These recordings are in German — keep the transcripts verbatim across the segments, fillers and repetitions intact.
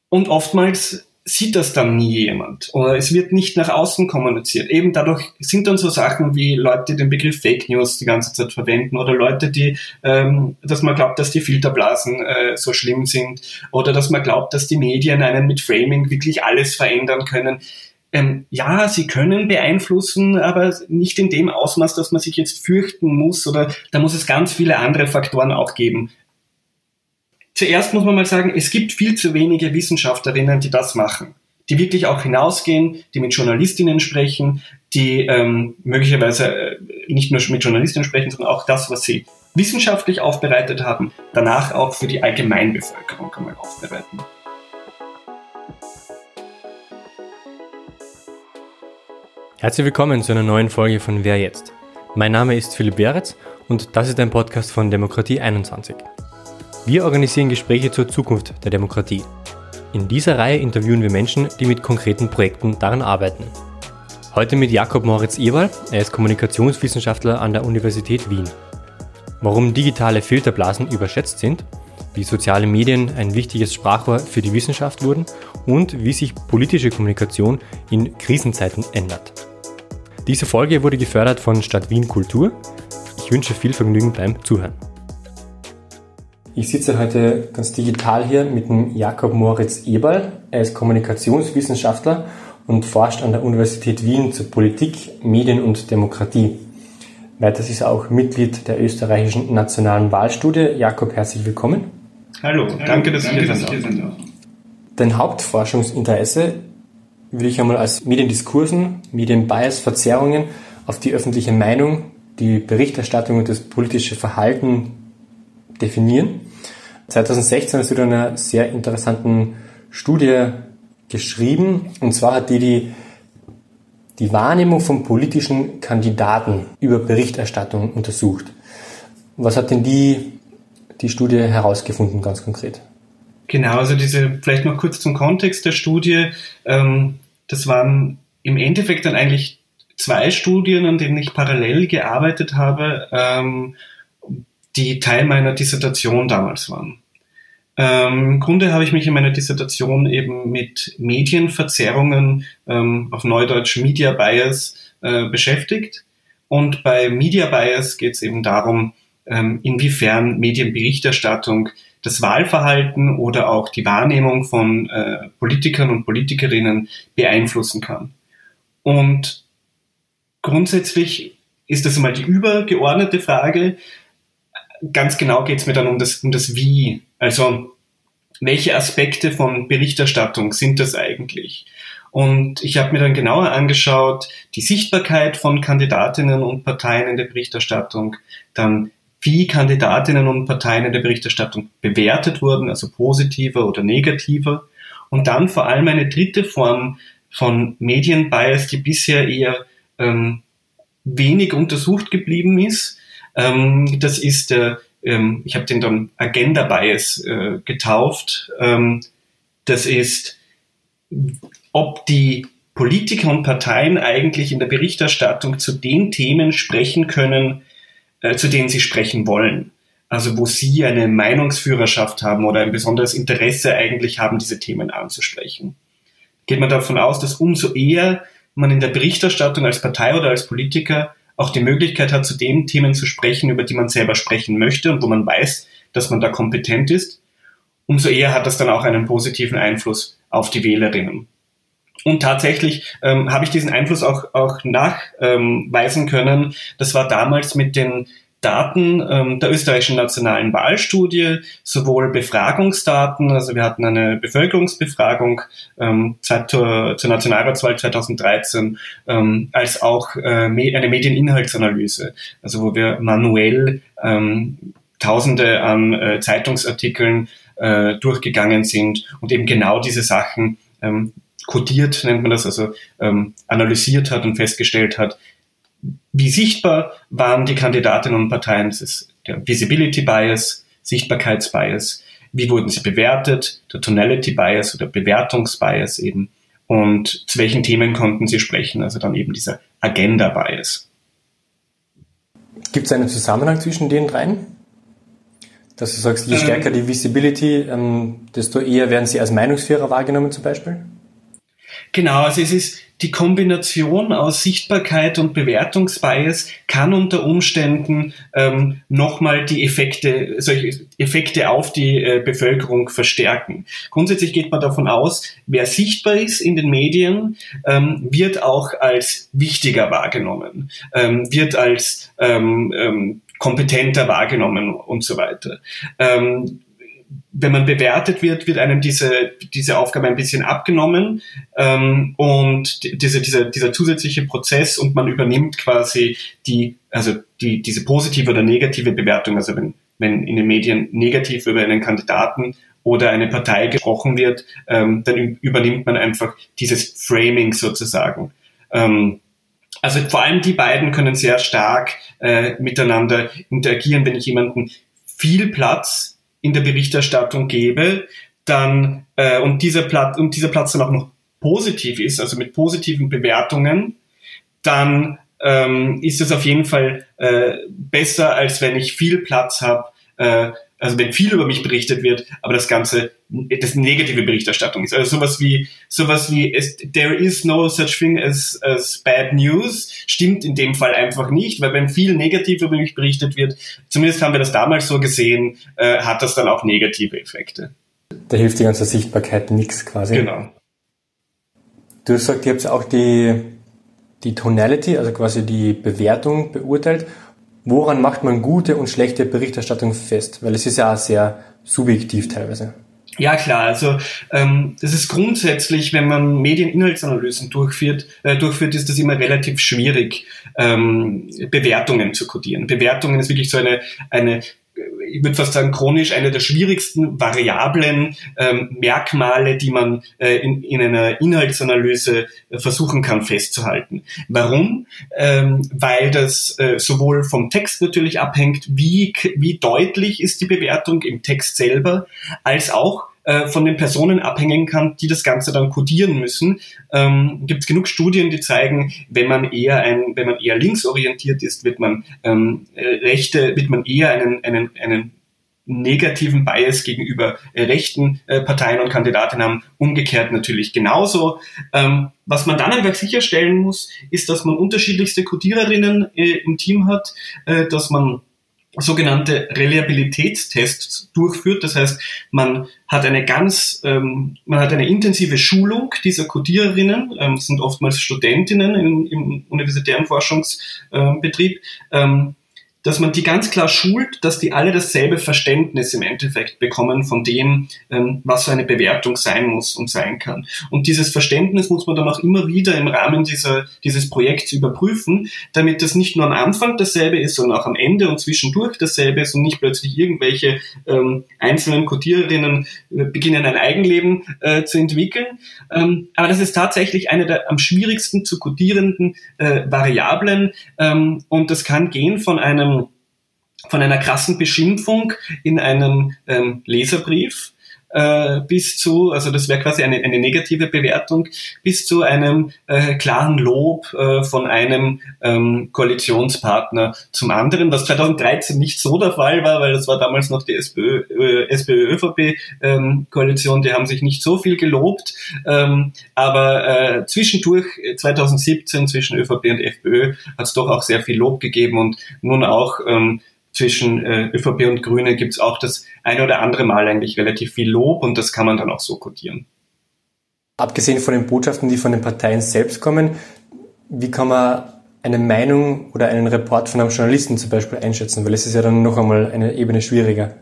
Und oftmals sieht das dann nie jemand oder es wird nicht nach außen kommuniziert. Eben dadurch sind dann so Sachen wie Leute, die den Begriff Fake News die ganze Zeit verwenden oder Leute, die, ähm, dass man glaubt, dass die Filterblasen äh, so schlimm sind oder dass man glaubt, dass die Medien einen mit Framing wirklich alles verändern können. Ähm, ja, sie können beeinflussen, aber nicht in dem Ausmaß, dass man sich jetzt fürchten muss oder da muss es ganz viele andere Faktoren auch geben. Zuerst muss man mal sagen, es gibt viel zu wenige Wissenschaftlerinnen, die das machen, die wirklich auch hinausgehen, die mit Journalistinnen sprechen, die ähm, möglicherweise äh, nicht nur mit Journalistinnen sprechen, sondern auch das, was sie wissenschaftlich aufbereitet haben, danach auch für die Allgemeinbevölkerung einmal aufbereiten. Herzlich willkommen zu einer neuen Folge von Wer jetzt? Mein Name ist Philipp Beretz und das ist ein Podcast von Demokratie einundzwanzig. Wir organisieren Gespräche zur Zukunft der Demokratie. In dieser Reihe interviewen wir Menschen, die mit konkreten Projekten daran arbeiten. Heute mit Jakob Moritz Eberl, er ist Kommunikationswissenschaftler an der Universität Wien. Warum digitale Filterblasen überschätzt sind, wie soziale Medien ein wichtiges Sprachrohr für die Wissenschaft wurden und wie sich politische Kommunikation in Krisenzeiten ändert. Diese Folge wurde gefördert von Stadt Wien Kultur. Ich wünsche viel Vergnügen beim Zuhören. Ich sitze heute ganz digital hier mit dem Jakob Moritz Eberl. Er ist Kommunikationswissenschaftler und forscht an der Universität Wien zur Politik, Medien und Demokratie. Weiters ist er auch Mitglied der österreichischen Nationalen Wahlstudie. Jakob, herzlich willkommen. Hallo, danke, danke dass ihr hier seid. Dein Hauptforschungsinteresse würde ich einmal als Mediendiskursen, Medienbias, Verzerrungen auf die öffentliche Meinung, die Berichterstattung und das politische Verhalten definieren. zwanzig sechzehn hast du da eine sehr interessanten Studie geschrieben, und zwar hat die die, die Wahrnehmung von politischen Kandidaten über Berichterstattung untersucht. Was hat denn die, die Studie herausgefunden, ganz konkret? Genau, also diese, vielleicht noch kurz zum Kontext der Studie. Ähm, das waren im Endeffekt dann eigentlich zwei Studien, an denen ich parallel gearbeitet habe, ähm, die Teil meiner Dissertation damals waren. Ähm, Im Grunde habe ich mich in meiner Dissertation eben mit Medienverzerrungen, ähm, auf Neudeutsch Media Bias, äh, beschäftigt. Und bei Media Bias geht es eben darum, ähm, inwiefern Medienberichterstattung das Wahlverhalten oder auch die Wahrnehmung von äh, Politikern und Politikerinnen beeinflussen kann. Und grundsätzlich ist das einmal die übergeordnete Frage. Ganz genau geht es mir dann um das, um das Wie. Also welche Aspekte von Berichterstattung sind das eigentlich? Und ich habe mir dann genauer angeschaut, die Sichtbarkeit von Kandidatinnen und Parteien in der Berichterstattung, dann wie Kandidatinnen und Parteien in der Berichterstattung bewertet wurden, also positiver oder negativer. Und dann vor allem eine dritte Form von Medienbias, die bisher eher ähm, wenig untersucht geblieben ist. Ähm, das ist der, ähm, ich habe den dann Agenda Bias äh, getauft. Ähm, das ist, ob die Politiker und Parteien eigentlich in der Berichterstattung zu den Themen sprechen können, zu denen sie sprechen wollen. Also wo sie eine Meinungsführerschaft haben oder ein besonderes Interesse eigentlich haben, diese Themen anzusprechen. Geht man davon aus, dass umso eher man in der Berichterstattung als Partei oder als Politiker auch die Möglichkeit hat, zu den Themen zu sprechen, über die man selber sprechen möchte und wo man weiß, dass man da kompetent ist, umso eher hat das dann auch einen positiven Einfluss auf die Wählerinnen. Und tatsächlich ähm, habe ich diesen Einfluss auch, auch nachweisen ähm, können. Das war damals mit den Daten ähm, der österreichischen Nationalen Wahlstudie, sowohl Befragungsdaten, also wir hatten eine Bevölkerungsbefragung ähm, zur, zur Nationalratswahl zweitausenddreizehn, ähm, als auch äh, eine Medieninhaltsanalyse, also wo wir manuell ähm, Tausende an äh, Zeitungsartikeln äh, durchgegangen sind und eben genau diese Sachen ähm, kodiert, nennt man das, also ähm, analysiert hat und festgestellt hat, wie sichtbar waren die Kandidatinnen und Parteien, das ist der Visibility Bias, Sichtbarkeitsbias, wie wurden sie bewertet, der Tonality Bias oder Bewertungsbias eben, und zu welchen Themen konnten sie sprechen, also dann eben dieser Agenda Bias. Gibt es einen Zusammenhang zwischen den dreien? Dass du sagst, je stärker ähm, die Visibility, ähm, desto eher werden sie als Meinungsführer wahrgenommen zum Beispiel? Genau, also es ist die Kombination aus Sichtbarkeit und Bewertungsbias kann unter Umständen ähm, nochmal die Effekte, solche Effekte auf die äh, Bevölkerung verstärken. Grundsätzlich geht man davon aus, wer sichtbar ist in den Medien, ähm, wird auch als wichtiger wahrgenommen, ähm, wird als ähm, ähm, kompetenter wahrgenommen und so weiter. Ähm, wenn man bewertet wird, wird einem diese diese Aufgabe ein bisschen abgenommen ähm, und diese, dieser dieser zusätzliche Prozess und man übernimmt quasi die also die diese positive oder negative Bewertung. Also wenn wenn in den Medien negativ über einen Kandidaten oder eine Partei gesprochen wird, ähm, dann übernimmt man einfach dieses Framing sozusagen. Ähm, also vor allem die beiden können sehr stark äh, miteinander interagieren. Wenn ich jemanden viel Platz in der Berichterstattung gebe, dann äh, und dieser Platz und dieser Platz dann auch noch positiv ist, also mit positiven Bewertungen, dann ähm, ist es auf jeden Fall äh, besser, als wenn ich viel Platz habe, äh, also wenn viel über mich berichtet wird, aber das Ganze das negative Berichterstattung ist. Also sowas wie sowas wie es, there is no such thing as, as bad news stimmt in dem Fall einfach nicht, weil wenn viel negativ über mich berichtet wird, zumindest haben wir das damals so gesehen, äh, hat das dann auch negative Effekte. Da hilft die ganze Sichtbarkeit nichts quasi. Genau. Du hast gesagt, ihr habt auch die, die Tonality, also quasi die Bewertung beurteilt. Woran macht man gute und schlechte Berichterstattung fest? Weil es ist ja auch sehr subjektiv teilweise. Ja klar, also ähm, das ist grundsätzlich, wenn man Medieninhaltsanalysen durchführt, äh, durchführt, ist das immer relativ schwierig, ähm, Bewertungen zu kodieren. Bewertungen ist wirklich so eine, eine ich würde fast sagen, chronisch eine der schwierigsten Variablen, ähm, Merkmale, die man äh, in, in einer Inhaltsanalyse äh, versuchen kann festzuhalten. Warum? Ähm, weil das äh, sowohl vom Text natürlich abhängt, wie, wie deutlich ist die Bewertung im Text selber, als auch äh, von den Personen abhängen kann, die das Ganze dann kodieren müssen. Ähm, gibt es genug Studien, die zeigen, wenn man eher ein, wenn man eher linksorientiert ist, wird man ähm, rechte, wird man eher einen, einen, einen negativen Bias gegenüber äh, rechten äh, Parteien und Kandidatinnen haben, umgekehrt natürlich genauso. Ähm, was man dann einfach sicherstellen muss, ist, dass man unterschiedlichste Codiererinnen äh, im Team hat, äh, dass man sogenannte Reliabilitätstests durchführt. Das heißt, man hat eine ganz, ähm, man hat eine intensive Schulung dieser Codiererinnen, ähm, das sind oftmals Studentinnen im, im universitären Forschungsbetrieb, ähm, dass man die ganz klar schult, dass die alle dasselbe Verständnis im Endeffekt bekommen von dem, ähm, was so eine Bewertung sein muss und sein kann. Und dieses Verständnis muss man dann auch immer wieder im Rahmen dieser, dieses Projekts überprüfen, damit das nicht nur am Anfang dasselbe ist, sondern auch am Ende und zwischendurch dasselbe ist und nicht plötzlich irgendwelche ähm, einzelnen Codiererinnen äh, beginnen ein Eigenleben äh, zu entwickeln. Ähm, aber das ist tatsächlich eine der am schwierigsten zu codierenden äh, Variablen, ähm, und das kann gehen von einem von einer krassen Beschimpfung in einem ähm, Leserbrief äh, bis zu, also das wäre quasi eine, eine negative Bewertung, bis zu einem äh, klaren Lob äh, von einem ähm, Koalitionspartner zum anderen, was zweitausenddreizehn nicht so der Fall war, weil das war damals noch die SPÖ, äh, SPÖ-ÖVP-Koalition, ähm, die haben sich nicht so viel gelobt, ähm, aber äh, zwischendurch, zweitausendsiebzehn, zwischen ÖVP und FPÖ, hat es doch auch sehr viel Lob gegeben und nun auch ähm, zwischen äh, ÖVP und Grüne gibt es auch das eine oder andere Mal eigentlich relativ viel Lob und das kann man dann auch so kodieren. Abgesehen von den Botschaften, die von den Parteien selbst kommen, wie kann man eine Meinung oder einen Report von einem Journalisten zum Beispiel einschätzen? Weil es ist ja dann noch einmal eine Ebene schwieriger.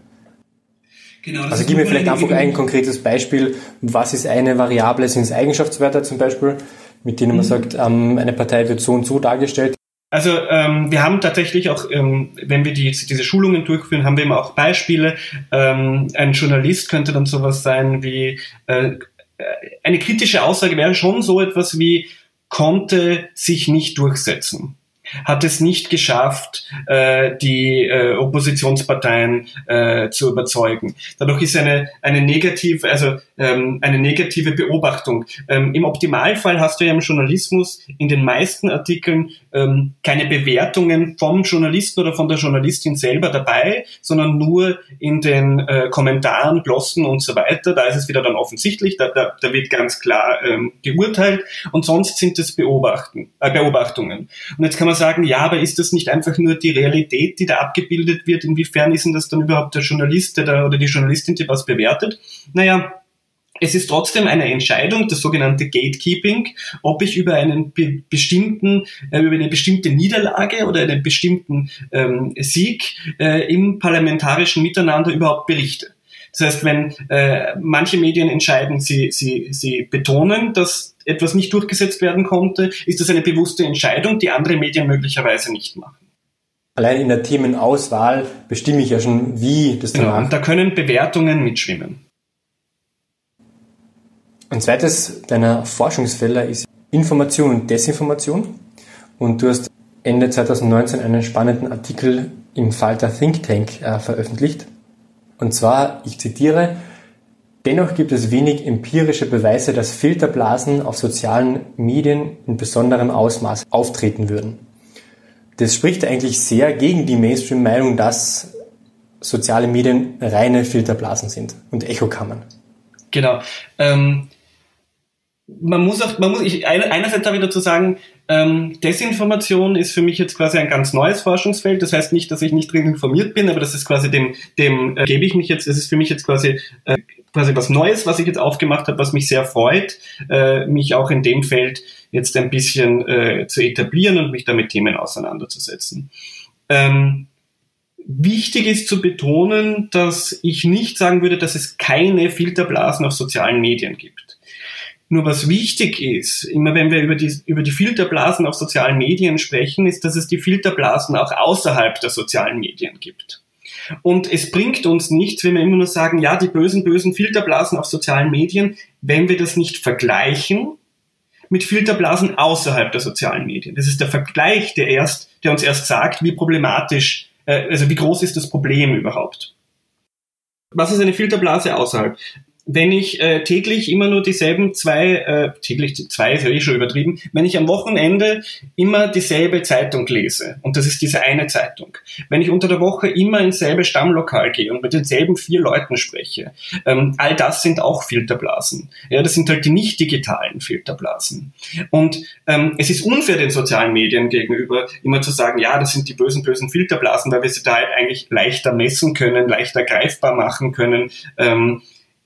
Genau, also gib mir vielleicht einfach ein konkretes Beispiel. Was ist eine Variable? Sind es Eigenschaftswerte zum Beispiel, mit denen man mhm. sagt, ähm, eine Partei wird so und so dargestellt? Also ähm, wir haben tatsächlich auch, ähm, wenn wir die, diese Schulungen durchführen, haben wir immer auch Beispiele. Ähm, ein Journalist könnte dann sowas sein wie, äh, eine kritische Aussage wäre schon so etwas wie, konnte sich nicht durchsetzen. hat es nicht geschafft, äh, die äh, Oppositionsparteien äh, zu überzeugen. Dadurch ist eine eine negative, also ähm, eine negative Beobachtung. Ähm, Im Optimalfall hast du ja im Journalismus in den meisten Artikeln ähm, keine Bewertungen vom Journalisten oder von der Journalistin selber dabei, sondern nur in den äh, Kommentaren, Glossen und so weiter. Da ist es wieder dann offensichtlich, da, da, da wird ganz klar ähm, geurteilt und sonst sind es Beobachten, äh, Beobachtungen. Und jetzt kann man sagen, ja, aber ist das nicht einfach nur die Realität, die da abgebildet wird? Inwiefern ist denn das dann überhaupt der Journalist der da, oder die Journalistin, die was bewertet? Naja, es ist trotzdem eine Entscheidung, das sogenannte Gatekeeping, ob ich über einen be- bestimmten, äh, über eine bestimmte Niederlage oder einen bestimmten ähm, Sieg äh, im parlamentarischen Miteinander überhaupt berichte. Das heißt, wenn äh, manche Medien entscheiden, sie, sie, sie betonen, dass etwas nicht durchgesetzt werden konnte, ist das eine bewusste Entscheidung, die andere Medien möglicherweise nicht machen. Allein in der Themenauswahl bestimme ich ja schon, wie das dann Genau, und da können Bewertungen mitschwimmen. Ein zweites deiner Forschungsfelder ist Information und Desinformation. Und du hast Ende zwanzig neunzehn einen spannenden Artikel im Falter Think Tank äh, veröffentlicht. Und zwar, ich zitiere, dennoch gibt es wenig empirische Beweise, dass Filterblasen auf sozialen Medien in besonderem Ausmaß auftreten würden. Das spricht eigentlich sehr gegen die Mainstream-Meinung, dass soziale Medien reine Filterblasen sind und Echokammern. Genau. Ähm, man muss auch, man muss, ich, einerseits darf ich dazu sagen, ähm, Desinformation ist für mich jetzt quasi ein ganz neues Forschungsfeld. Das heißt nicht, dass ich nicht drin informiert bin, aber das ist quasi dem, dem äh, gebe ich mich jetzt, das ist für mich jetzt quasi, äh, quasi was Neues, was ich jetzt aufgemacht habe, was mich sehr freut, äh, mich auch in dem Feld jetzt ein bisschen äh, zu etablieren und mich da mit Themen auseinanderzusetzen. Ähm, Wichtig ist zu betonen, dass ich nicht sagen würde, dass es keine Filterblasen auf sozialen Medien gibt. Nur was wichtig ist, immer wenn wir über die, über die Filterblasen auf sozialen Medien sprechen, ist, dass es die Filterblasen auch außerhalb der sozialen Medien gibt. Und es bringt uns nichts, wenn wir immer nur sagen, ja, die bösen, bösen Filterblasen auf sozialen Medien, wenn wir das nicht vergleichen mit Filterblasen außerhalb der sozialen Medien. Das ist der Vergleich, der erst, der uns erst sagt, wie problematisch, äh, also wie groß ist das Problem überhaupt. Was ist eine Filterblase außerhalb? Wenn ich äh, täglich immer nur dieselben zwei, äh, täglich zwei ist ja eh schon übertrieben, wenn ich am Wochenende immer dieselbe Zeitung lese, und das ist diese eine Zeitung, wenn ich unter der Woche immer ins selbe Stammlokal gehe und mit denselben vier Leuten spreche, ähm, all das sind auch Filterblasen. Ja, das sind halt die nicht digitalen Filterblasen. Und ähm, es ist unfair den sozialen Medien gegenüber, immer zu sagen, ja, das sind die bösen, bösen Filterblasen, weil wir sie da halt eigentlich leichter messen können, leichter greifbar machen können. Ähm,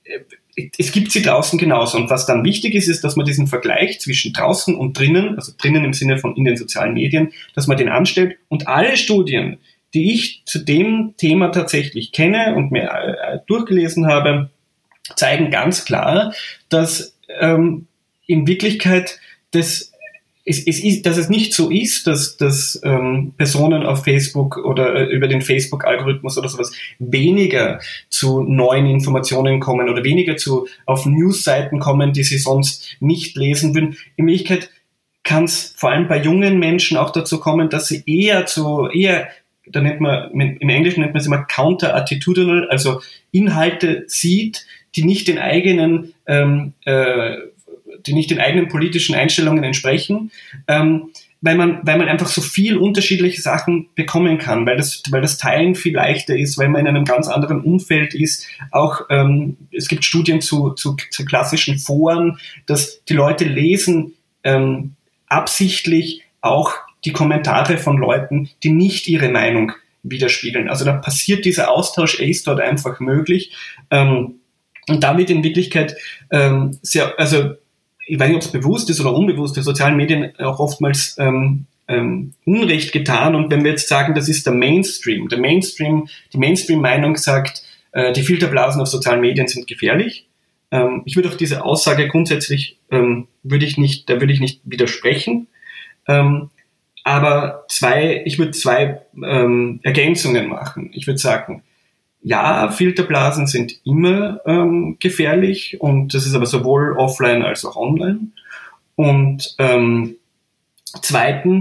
Es gibt sie draußen genauso. Und was dann wichtig ist, ist, dass man diesen Vergleich zwischen draußen und drinnen, also drinnen im Sinne von in den sozialen Medien, dass man den anstellt. Und alle Studien, die ich zu dem Thema tatsächlich kenne und mir äh, durchgelesen habe, zeigen ganz klar, dass ähm, in Wirklichkeit das Es, es ist, dass es nicht so ist, dass, dass ähm, Personen auf Facebook oder äh, über den Facebook-Algorithmus oder sowas weniger zu neuen Informationen kommen oder weniger zu auf Newsseiten kommen, die sie sonst nicht lesen würden. In Wirklichkeit kann es vor allem bei jungen Menschen auch dazu kommen, dass sie eher zu, eher, da nennt man, im Englischen nennt man es immer counter-attitudinal, also Inhalte sieht, die nicht den eigenen ähm, äh, die nicht den eigenen politischen Einstellungen entsprechen, ähm, weil man, weil man einfach so viel unterschiedliche Sachen bekommen kann, weil das, weil das Teilen viel leichter ist, weil man in einem ganz anderen Umfeld ist. Auch ähm, es gibt Studien zu, zu, zu klassischen Foren, dass die Leute lesen ähm, absichtlich auch die Kommentare von Leuten, die nicht ihre Meinung widerspiegeln. Also da passiert dieser Austausch, er ist dort einfach möglich. Ähm, und damit in Wirklichkeit ähm, sehr, also ich weiß nicht, ob es bewusst ist oder unbewusst, für sozialen Medien auch oftmals ähm, ähm, Unrecht getan. Und wenn wir jetzt sagen, das ist der Mainstream, der Mainstream, die Mainstream-Meinung sagt, äh, die Filterblasen auf sozialen Medien sind gefährlich. Ähm, ich würde auch diese Aussage grundsätzlich, ähm, würde ich nicht, da würde ich nicht widersprechen. Ähm, aber zwei, ich würde zwei ähm, Ergänzungen machen. Ich würde sagen, ja, Filterblasen sind immer ähm, gefährlich und das ist aber sowohl offline als auch online. Und ähm, zweitens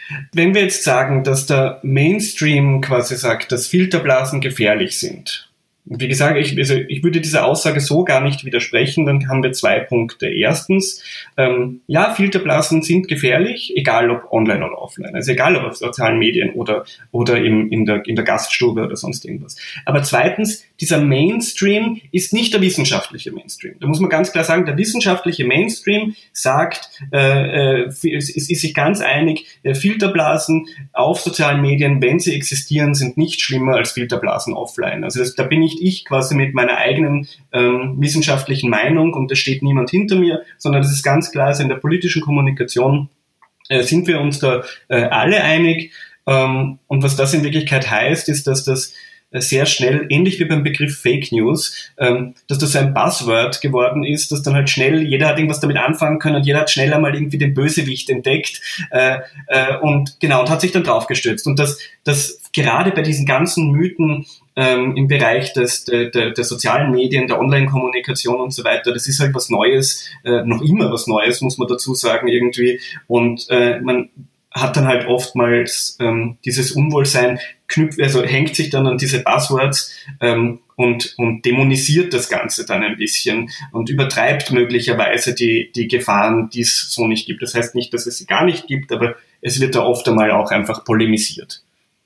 Wenn wir jetzt sagen, dass der Mainstream quasi sagt, dass Filterblasen gefährlich sind, wie gesagt, ich, also ich würde dieser Aussage so gar nicht widersprechen, dann haben wir zwei Punkte. Erstens, ähm, ja, Filterblasen sind gefährlich, egal ob online oder offline, also egal ob auf sozialen Medien oder, oder im, in, der, in der Gaststube oder sonst irgendwas. Aber zweitens, dieser Mainstream ist nicht der wissenschaftliche Mainstream. Da muss man ganz klar sagen, der wissenschaftliche Mainstream sagt, äh, äh, es ist sich ganz einig, äh, Filterblasen auf sozialen Medien, wenn sie existieren, sind nicht schlimmer als Filterblasen offline. Also das, da bin ich ich quasi mit meiner eigenen ähm, wissenschaftlichen Meinung und da steht niemand hinter mir, sondern das ist ganz klar, also in der politischen Kommunikation äh, sind wir uns da äh, alle einig. Ähm, und was das in Wirklichkeit heißt, ist, dass das sehr schnell, ähnlich wie beim Begriff Fake News, ähm, dass das so ein Buzzword geworden ist, dass dann halt schnell, jeder hat irgendwas damit anfangen können und jeder hat schnell einmal irgendwie den Bösewicht entdeckt äh, äh, und genau, und hat sich dann draufgestürzt. Und das, das gerade bei diesen ganzen Mythen ähm, im Bereich des, der, der, der sozialen Medien, der Online-Kommunikation und so weiter, das ist halt was Neues, äh, noch immer was Neues, muss man dazu sagen irgendwie. Und äh, man hat dann halt oftmals ähm, dieses Unwohlsein, knüpft, also hängt sich dann an diese Buzzwords ähm, und, und dämonisiert das Ganze dann ein bisschen und übertreibt möglicherweise die, die Gefahren, die es so nicht gibt. Das heißt nicht, dass es sie gar nicht gibt, aber es wird da oft einmal auch einfach polemisiert.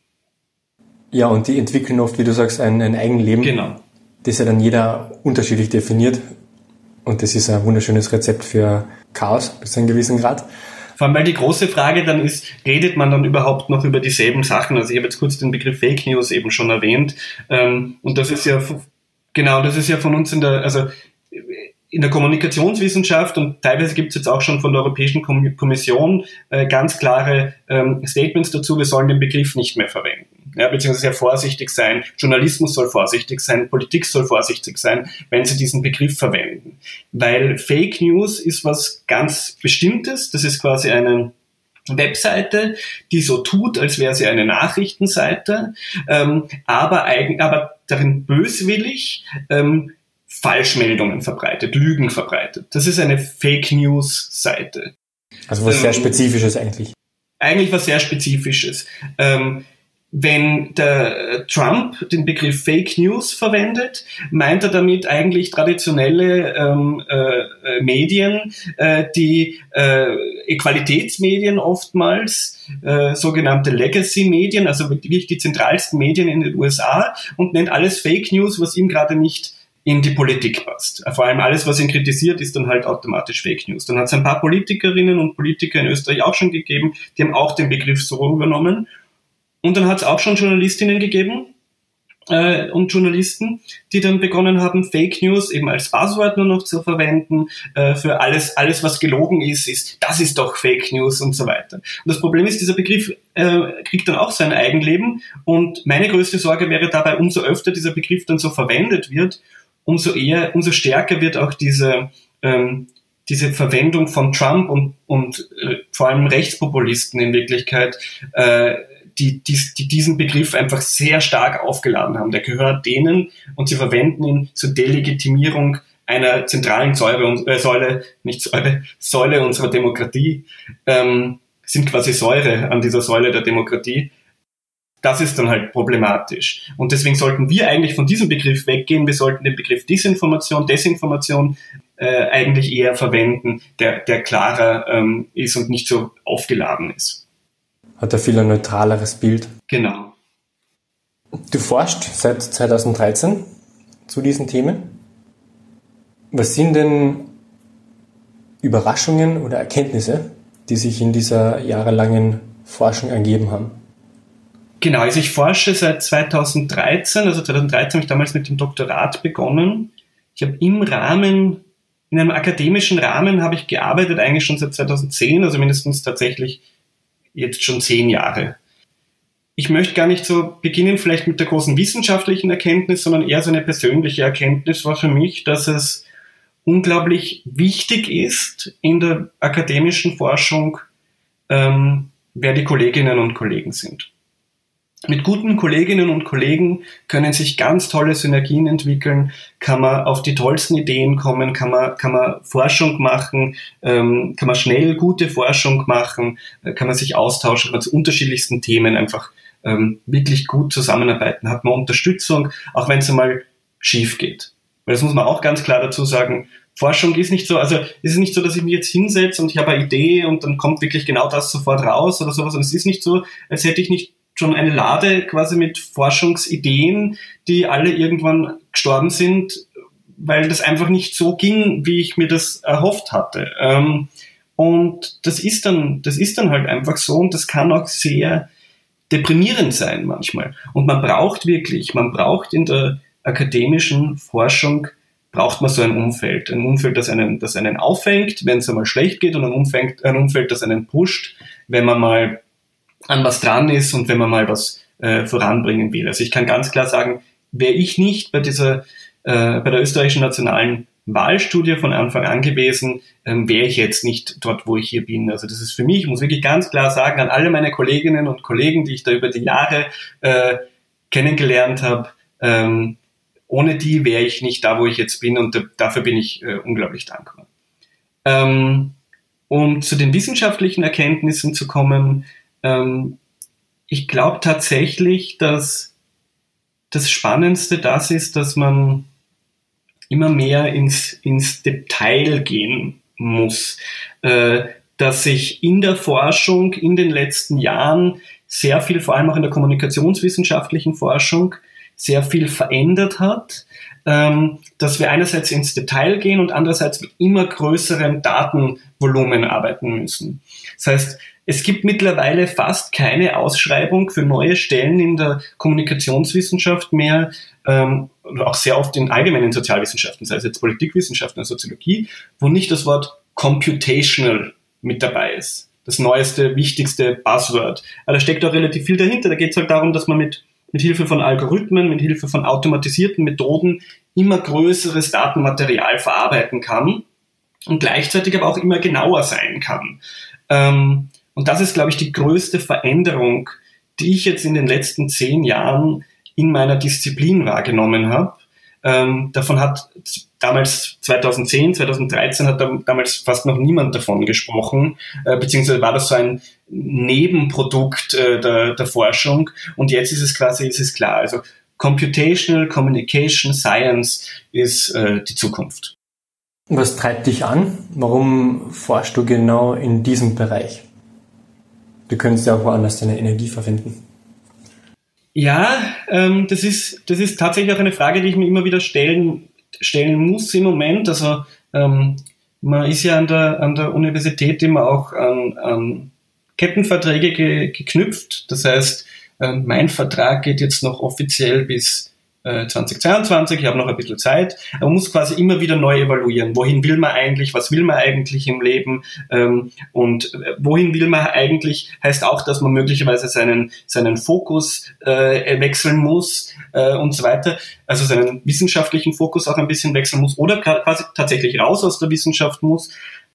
Ja, und die entwickeln oft, wie du sagst, ein, ein Eigenleben, genau, das ja dann jeder unterschiedlich definiert. Und das ist ein wunderschönes Rezept für Chaos bis zu einem gewissen Grad. Vor allem, weil die große Frage dann ist, redet man dann überhaupt noch über dieselben Sachen? Also ich habe jetzt kurz den Begriff Fake News eben schon erwähnt. Ähm, und das ist ja, genau, das ist ja von uns in der, also in der Kommunikationswissenschaft und teilweise gibt es jetzt auch schon von der Europäischen Kommission äh, ganz klare ähm, Statements dazu, wir sollen den Begriff nicht mehr verwenden. Ja, beziehungsweise sehr vorsichtig sein. Journalismus soll vorsichtig sein, Politik soll vorsichtig sein, wenn sie diesen Begriff verwenden. Weil Fake News ist was ganz Bestimmtes. Das ist quasi eine Webseite, die so tut, als wäre sie eine Nachrichtenseite, ähm, aber, eigen, aber darin böswillig ähm, Falschmeldungen verbreitet, Lügen verbreitet. Das ist eine Fake News Seite. Also was ähm, sehr Spezifisches eigentlich. Eigentlich was sehr Spezifisches. Ähm, Wenn der Trump den Begriff Fake News verwendet, meint er damit eigentlich traditionelle ähm, äh, Medien, äh, die äh, Qualitätsmedien oftmals, äh, sogenannte Legacy-Medien, also wirklich die zentralsten Medien in den U S A und nennt alles Fake News, was ihm gerade nicht in die Politik passt. Vor allem alles, was ihn kritisiert, ist dann halt automatisch Fake News. Dann hat es ein paar Politikerinnen und Politiker in Österreich auch schon gegeben, die haben auch den Begriff so übernommen. Und dann hat es auch schon Journalistinnen gegeben äh, und Journalisten, die dann begonnen haben, Fake News eben als Buzzword nur noch zu verwenden äh, für alles, alles, was gelogen ist, ist, das ist doch Fake News und so weiter. Und das Problem ist, dieser Begriff äh, kriegt dann auch sein Eigenleben und meine größte Sorge wäre dabei, umso öfter dieser Begriff dann so verwendet wird, umso eher, umso stärker wird auch diese ähm, diese Verwendung von Trump und, und äh, vor allem Rechtspopulisten in Wirklichkeit äh, Die, die, die diesen Begriff einfach sehr stark aufgeladen haben. Der gehört denen und sie verwenden ihn zur Delegitimierung einer zentralen Säure, äh, Säule, nicht Säule, Säule unserer Demokratie, ähm, sind quasi Säure an dieser Säule der Demokratie. Das ist dann halt problematisch. Und deswegen sollten wir eigentlich von diesem Begriff weggehen. Wir sollten den Begriff Disinformation, Desinformation äh, eigentlich eher verwenden, der, der klarer ähm, ist und nicht so aufgeladen ist. Hat er viel ein neutraleres Bild. Genau. Du forschst seit zweitausenddreizehn zu diesen Themen. Was sind denn Überraschungen oder Erkenntnisse, die sich in dieser jahrelangen Forschung ergeben haben? Genau, also ich forsche seit zweitausenddreizehn, also zweitausenddreizehn habe ich damals mit dem Doktorat begonnen. Ich habe im Rahmen, in einem akademischen Rahmen habe ich gearbeitet, eigentlich schon seit zweitausendzehn, also mindestens tatsächlich jetzt schon zehn Jahre. Ich möchte gar nicht so beginnen vielleicht mit der großen wissenschaftlichen Erkenntnis, sondern eher so eine persönliche Erkenntnis war für mich, dass es unglaublich wichtig ist in der akademischen Forschung, ähm, wer die Kolleginnen und Kollegen sind. Mit guten Kolleginnen und Kollegen können sich ganz tolle Synergien entwickeln, kann man auf die tollsten Ideen kommen, kann man, kann man Forschung machen, ähm, kann man schnell gute Forschung machen, äh, kann man sich austauschen, kann man zu unterschiedlichsten Themen einfach ähm, wirklich gut zusammenarbeiten, hat man Unterstützung, auch wenn es einmal schief geht. Weil das muss man auch ganz klar dazu sagen, Forschung ist nicht so, also es ist nicht so, dass ich mich jetzt hinsetze und ich habe eine Idee und dann kommt wirklich genau das sofort raus oder sowas. Und es ist nicht so, als hätte ich nicht schon eine Lade quasi mit Forschungsideen, die alle irgendwann gestorben sind, weil das einfach nicht so ging, wie ich mir das erhofft hatte. Ähm, und das ist dann, das ist dann halt einfach so und das kann auch sehr deprimierend sein manchmal. Und man braucht wirklich, man braucht in der akademischen Forschung braucht man so ein Umfeld. Ein Umfeld, das einen, das einen auffängt, wenn es einmal schlecht geht und ein Umfeld, ein Umfeld, das einen pusht, wenn man mal an was dran ist und wenn man mal was äh, voranbringen will. Also ich kann ganz klar sagen, wäre ich nicht bei dieser, äh, bei der österreichischen nationalen Wahlstudie von Anfang an gewesen, ähm, wäre ich jetzt nicht dort, wo ich hier bin. Also das ist für mich, ich muss wirklich ganz klar sagen, an alle meine Kolleginnen und Kollegen, die ich da über die Jahre äh, kennengelernt habe, ähm, ohne die wäre ich nicht da, wo ich jetzt bin und dafür bin ich äh, unglaublich dankbar. Ähm, um zu den wissenschaftlichen Erkenntnissen zu kommen, ähm, ich glaube tatsächlich, dass das Spannendste das ist, dass man immer mehr ins, ins Detail gehen muss, äh, dass sich in der Forschung in den letzten Jahren sehr viel, vor allem auch in der kommunikationswissenschaftlichen Forschung, sehr viel verändert hat, ähm, dass wir einerseits ins Detail gehen und andererseits mit immer größeren Datenvolumen arbeiten müssen. Das heißt, es gibt mittlerweile fast keine Ausschreibung für neue Stellen in der Kommunikationswissenschaft mehr, ähm, oder auch sehr oft in allgemeinen Sozialwissenschaften, sei es jetzt Politikwissenschaften oder Soziologie, wo nicht das Wort computational mit dabei ist. Das neueste, wichtigste Buzzword. Aber da steckt auch relativ viel dahinter. Da geht es halt darum, dass man mit mit Hilfe von Algorithmen, mit Hilfe von automatisierten Methoden immer größeres Datenmaterial verarbeiten kann und gleichzeitig aber auch immer genauer sein kann. Ähm, und das ist, glaube ich, die größte Veränderung, die ich jetzt in den letzten zehn Jahren in meiner Disziplin wahrgenommen habe. Ähm, davon hat damals zweitausendzehn, zweitausenddreizehn hat da, damals fast noch niemand davon gesprochen, äh, beziehungsweise war das so ein Nebenprodukt äh, der, der Forschung und jetzt ist es quasi, ist es klar, also Computational Communication Science ist äh, die Zukunft. Was treibt dich an? Warum forschst du genau in diesem Bereich? Du könntest ja auch woanders deine Energie verwenden. Ja, ähm, das ist das ist tatsächlich auch eine Frage, die ich mir immer wieder stellen stellen muss im Moment. Also ähm, man ist ja an der an der Universität immer auch an, an Kettenverträge ge, geknüpft. Das heißt, äh, mein Vertrag geht jetzt noch offiziell bis äh, zweitausendzweiundzwanzig. Ich habe noch ein bisschen Zeit. Aber man muss quasi immer wieder neu evaluieren. Wohin will man eigentlich? Was will man eigentlich im Leben? Ähm, und äh, wohin will man eigentlich? Heißt auch, dass man möglicherweise seinen seinen Fokus äh, wechseln muss äh, und so weiter. Also seinen wissenschaftlichen Fokus auch ein bisschen wechseln muss oder quasi tatsächlich raus aus der Wissenschaft muss.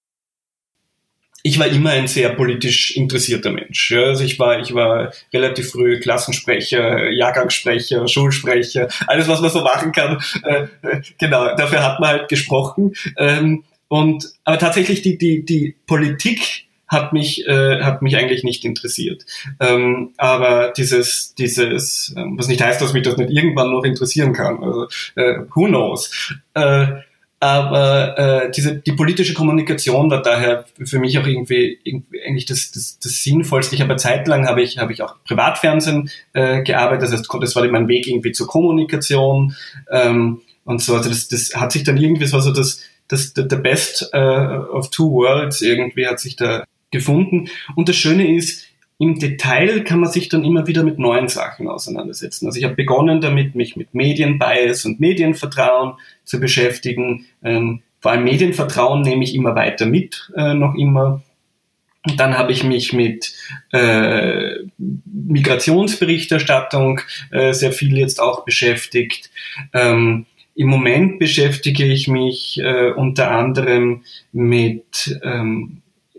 Ich war immer ein sehr politisch interessierter Mensch. Ja, also ich war, ich war relativ früh Klassensprecher, Jahrgangssprecher, Schulsprecher, alles, was man so machen kann. Äh, genau, dafür hat man halt gesprochen. Ähm, und aber tatsächlich die die die Politik hat mich äh, hat mich eigentlich nicht interessiert. Ähm, aber dieses dieses ähm, was nicht heißt, dass mich das nicht irgendwann noch interessieren kann. Also, äh, who knows? Äh, Aber äh, diese die politische Kommunikation war daher für mich auch irgendwie, irgendwie eigentlich das, das, das Sinnvollste. Ich habe eine Zeit lang habe ich habe ich auch Privatfernsehen äh, gearbeitet. Das heißt, das war mein Weg irgendwie zur Kommunikation ähm, und so. Also das, das hat sich dann irgendwie so also das das the best uh, of two worlds irgendwie hat sich da gefunden. Und das Schöne ist, im Detail kann man sich dann immer wieder mit neuen Sachen auseinandersetzen. Also ich habe begonnen damit, mich mit Medienbias und Medienvertrauen zu beschäftigen. Ähm, vor allem Medienvertrauen nehme ich immer weiter mit, äh, noch immer. Und dann habe ich mich mit äh, Migrationsberichterstattung äh, sehr viel jetzt auch beschäftigt. Ähm, Im Moment beschäftige ich mich äh, unter anderem mit ähm,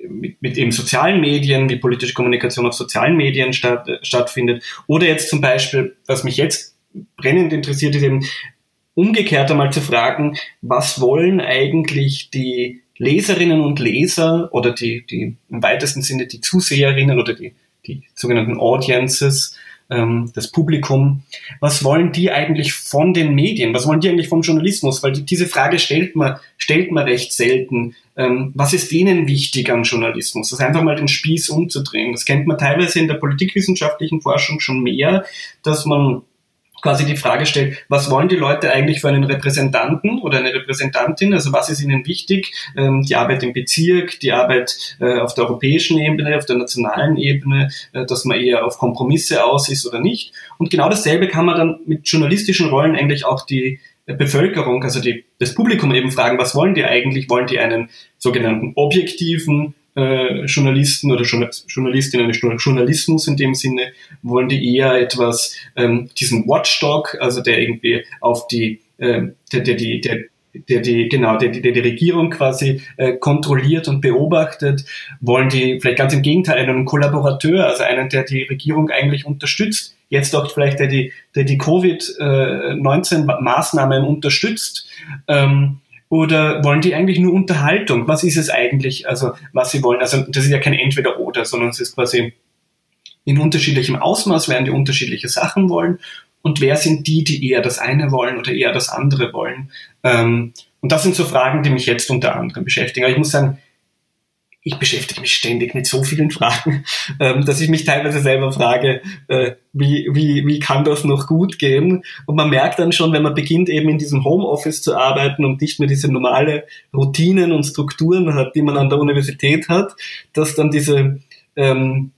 mit, mit eben sozialen Medien, wie politische Kommunikation auf sozialen Medien statt, stattfindet. Oder jetzt zum Beispiel, was mich jetzt brennend interessiert, ist eben umgekehrt einmal zu fragen, was wollen eigentlich die Leserinnen und Leser oder die, die im weitesten Sinne die Zuseherinnen oder die, die sogenannten Audiences, ähm, das Publikum, was wollen die eigentlich von den Medien, was wollen die eigentlich vom Journalismus, weil die, diese Frage stellt man, stellt man recht selten. Ähm, was ist denen wichtig am Journalismus? Das einfach mal den Spieß umzudrehen. Das kennt man teilweise in der politikwissenschaftlichen Forschung schon mehr, dass man quasi die Frage stellt, was wollen die Leute eigentlich für einen Repräsentanten oder eine Repräsentantin, also was ist ihnen wichtig, ähm, die Arbeit im Bezirk, die Arbeit äh, auf der europäischen Ebene, auf der nationalen Ebene, äh, dass man eher auf Kompromisse aus ist oder nicht. Und genau dasselbe kann man dann mit journalistischen Rollen eigentlich auch die äh, Bevölkerung, also die, das Publikum eben fragen, was wollen die eigentlich? Wollen die einen sogenannten objektiven Äh, Journalisten oder Journalistinnen, Journalismus in dem Sinne, wollen die eher etwas, ähm, diesen Watchdog, also der irgendwie auf die, äh, der, der, die, der, der die, genau, der, der die Regierung quasi äh, kontrolliert und beobachtet, wollen die vielleicht ganz im Gegenteil einen Kollaborateur, also einen, der die Regierung eigentlich unterstützt, jetzt auch vielleicht der die, der die Covid neunzehn Maßnahmen unterstützt, ähm, oder wollen die eigentlich nur Unterhaltung? Was ist es eigentlich, also was sie wollen? Also das ist ja kein Entweder-Oder, sondern es ist quasi in unterschiedlichem Ausmaß, werden die unterschiedliche Sachen wollen. Und wer sind die, die eher das eine wollen oder eher das andere wollen? Ähm, und das sind so Fragen, die mich jetzt unter anderem beschäftigen. Aber ich muss sagen, ich beschäftige mich ständig mit so vielen Fragen, ähm, dass ich mich teilweise selber frage, äh, wie, wie, wie kann das noch gut gehen? Und man merkt dann schon, wenn man beginnt, eben in diesem Homeoffice zu arbeiten und nicht mehr diese normale Routinen und Strukturen hat, die man an der Universität hat, dass dann diese, ähm,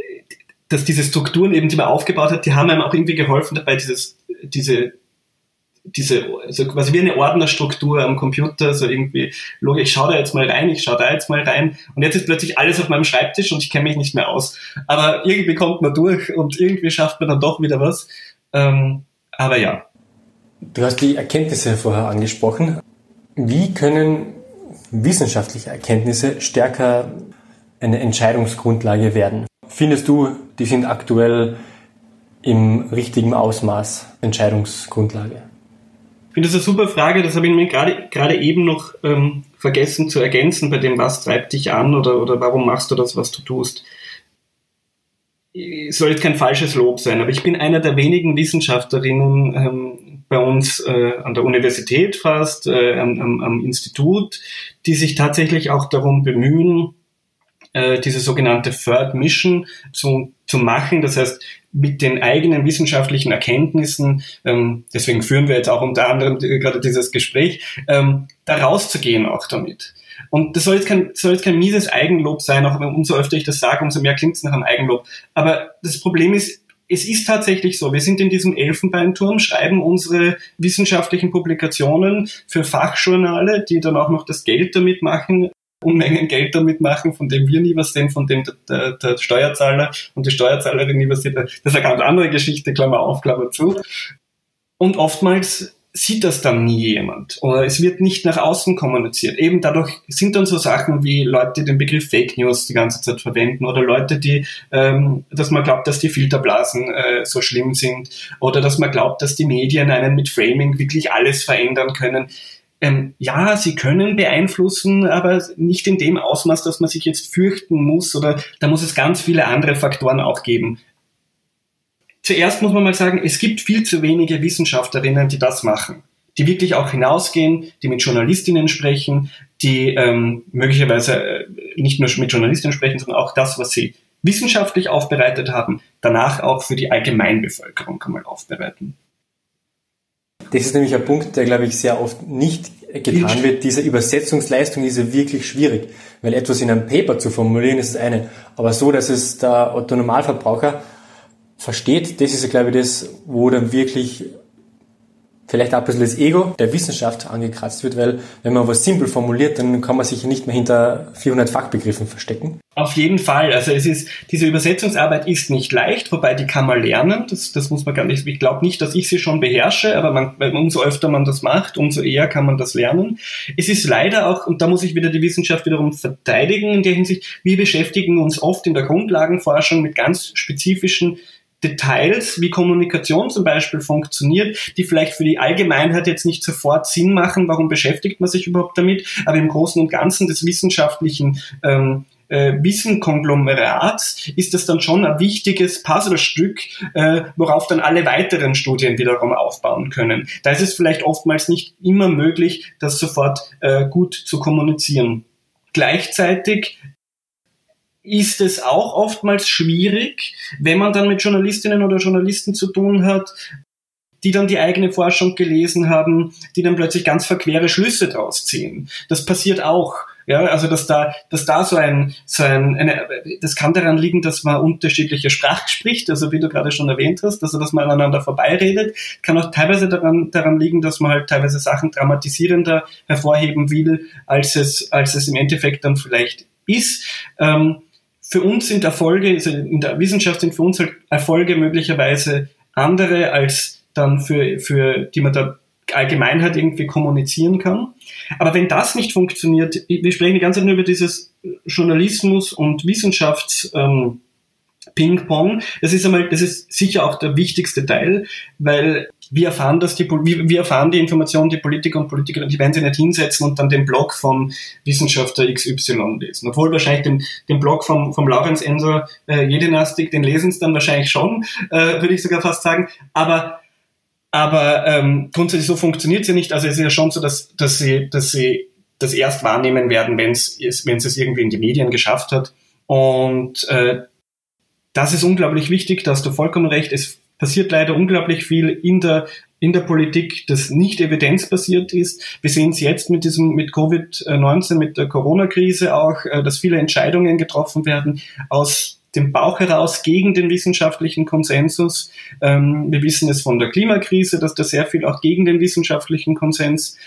dass diese Strukturen eben, die man aufgebaut hat, die haben einem auch irgendwie geholfen dabei, dieses, diese, diese, also quasi wie eine Ordnerstruktur am Computer, so irgendwie, logisch, ich schaue da jetzt mal rein, ich schaue da jetzt mal rein und jetzt ist plötzlich alles auf meinem Schreibtisch und ich kenne mich nicht mehr aus. Aber irgendwie kommt man durch und irgendwie schafft man dann doch wieder was. Ähm, aber ja. Du hast die Erkenntnisse vorher angesprochen. Wie können wissenschaftliche Erkenntnisse stärker eine Entscheidungsgrundlage werden? Findest du, die sind aktuell im richtigen Ausmaß Entscheidungsgrundlage? Ich finde das eine super Frage, das habe ich mir gerade gerade eben noch ähm, vergessen zu ergänzen bei dem, was treibt dich an oder, oder warum machst du das, was du tust. Es soll jetzt kein falsches Lob sein, aber ich bin einer der wenigen Wissenschaftlerinnen ähm, bei uns äh, an der Universität fast, äh, am, am, am Institut, die sich tatsächlich auch darum bemühen, äh, diese sogenannte Third Mission zu, zu machen. Das heißt, mit den eigenen wissenschaftlichen Erkenntnissen, ähm, deswegen führen wir jetzt auch unter anderem gerade dieses Gespräch, ähm, da rauszugehen auch damit. Und das soll jetzt kein, soll jetzt kein mieses Eigenlob sein, auch umso öfter ich das sage, umso mehr klingt es nach einem Eigenlob. Aber das Problem ist, es ist tatsächlich so, wir sind in diesem Elfenbeinturm, schreiben unsere wissenschaftlichen Publikationen für Fachjournale, die dann auch noch das Geld damit machen, Unmengen Geld damit machen, von dem wir nie was sehen, von dem der, der, der Steuerzahler und die Steuerzahlerin nie was sehen. Das ist eine ganz andere Geschichte, Klammer auf, Klammer zu. Und oftmals sieht das dann nie jemand oder es wird nicht nach außen kommuniziert. Eben dadurch sind dann so Sachen wie Leute, die den Begriff Fake News die ganze Zeit verwenden oder Leute, die, ähm, dass man glaubt, dass die Filterblasen äh, so schlimm sind oder dass man glaubt, dass die Medien einen mit Framing wirklich alles verändern können. Ähm, ja, sie können beeinflussen, aber nicht in dem Ausmaß, dass man sich jetzt fürchten muss oder da muss es ganz viele andere Faktoren auch geben. Zuerst muss man mal sagen, es gibt viel zu wenige Wissenschaftlerinnen, die das machen, die wirklich auch hinausgehen, die mit Journalistinnen sprechen, die ähm, möglicherweise äh, nicht nur mit Journalistinnen sprechen, sondern auch das, was sie wissenschaftlich aufbereitet haben, danach auch für die Allgemeinbevölkerung einmal aufbereiten. Das ist nämlich ein Punkt, der, glaube ich, sehr oft nicht getan wird. Diese Übersetzungsleistung ist ja wirklich schwierig, weil etwas in einem Paper zu formulieren ist das eine, aber so, dass es der Otto-Normalverbraucher versteht, das ist ja, glaube ich, das, wo dann wirklich vielleicht auch ein bisschen das Ego der Wissenschaft angekratzt wird, weil wenn man was simpel formuliert, dann kann man sich nicht mehr hinter vierhundert Fachbegriffen verstecken. Auf jeden Fall. Also es ist, diese Übersetzungsarbeit ist nicht leicht, wobei die kann man lernen. Das, das muss man gar nicht, ich glaube nicht, dass ich sie schon beherrsche, aber man, umso öfter man das macht, umso eher kann man das lernen. Es ist leider auch, und da muss ich wieder die Wissenschaft wiederum verteidigen in der Hinsicht, wir beschäftigen uns oft in der Grundlagenforschung mit ganz spezifischen Details, wie Kommunikation zum Beispiel funktioniert, die vielleicht für die Allgemeinheit jetzt nicht sofort Sinn machen. Warum beschäftigt man sich überhaupt damit? Aber im Großen und Ganzen des wissenschaftlichen ähm, äh, Wissenkonglomerats ist das dann schon ein wichtiges Puzzlestück, äh, worauf dann alle weiteren Studien wiederum aufbauen können. Da ist es vielleicht oftmals nicht immer möglich, das sofort äh, gut zu kommunizieren. Gleichzeitig ist es auch oftmals schwierig, wenn man dann mit Journalistinnen oder Journalisten zu tun hat, die dann die eigene Forschung gelesen haben, die dann plötzlich ganz verquere Schlüsse draus ziehen. Das passiert auch. Ja, also dass da, dass da so ein, so ein, eine, das kann daran liegen, dass man unterschiedliche Sprachen spricht, also wie du gerade schon erwähnt hast, also dass man aneinander vorbeiredet, kann auch teilweise daran, daran liegen, dass man halt teilweise Sachen dramatisierender hervorheben will, als es, als es im Endeffekt dann vielleicht ist. Ähm, Für uns sind Erfolge, also in der Wissenschaft sind für uns halt Erfolge möglicherweise andere, als dann für, für die man der Allgemeinheit irgendwie kommunizieren kann. Aber wenn das nicht funktioniert, wir sprechen die ganze Zeit nur über dieses Journalismus- und Wissenschafts- ähm, Ping-Pong. Das ist einmal, das ist sicher auch der wichtigste Teil, weil wir erfahren, dass die, wir erfahren die Informationen, die Politiker und Politiker, die werden sich nicht hinsetzen und dann den Blog vom Wissenschaftler X Y lesen. Obwohl wahrscheinlich den, den Blog vom, vom Laurenz Enser äh, Jedinastik, den lesen sie dann wahrscheinlich schon, äh, würde ich sogar fast sagen. Aber, aber ähm, grundsätzlich so funktioniert es ja nicht. Also es ist ja schon so, dass, dass sie, dass sie das erst wahrnehmen werden, wenn es, wenn es es irgendwie in die Medien geschafft hat. Und äh, das ist unglaublich wichtig, da hast du vollkommen recht. Es passiert leider unglaublich viel in der, in der Politik, das nicht evidenzbasiert ist. Wir sehen es jetzt mit diesem, mit Covid neunzehn, mit der Corona-Krise auch, dass viele Entscheidungen getroffen werden aus dem Bauch heraus gegen den wissenschaftlichen Konsensus. Wir wissen es von der Klimakrise, dass da sehr viel auch gegen den wissenschaftlichen Konsens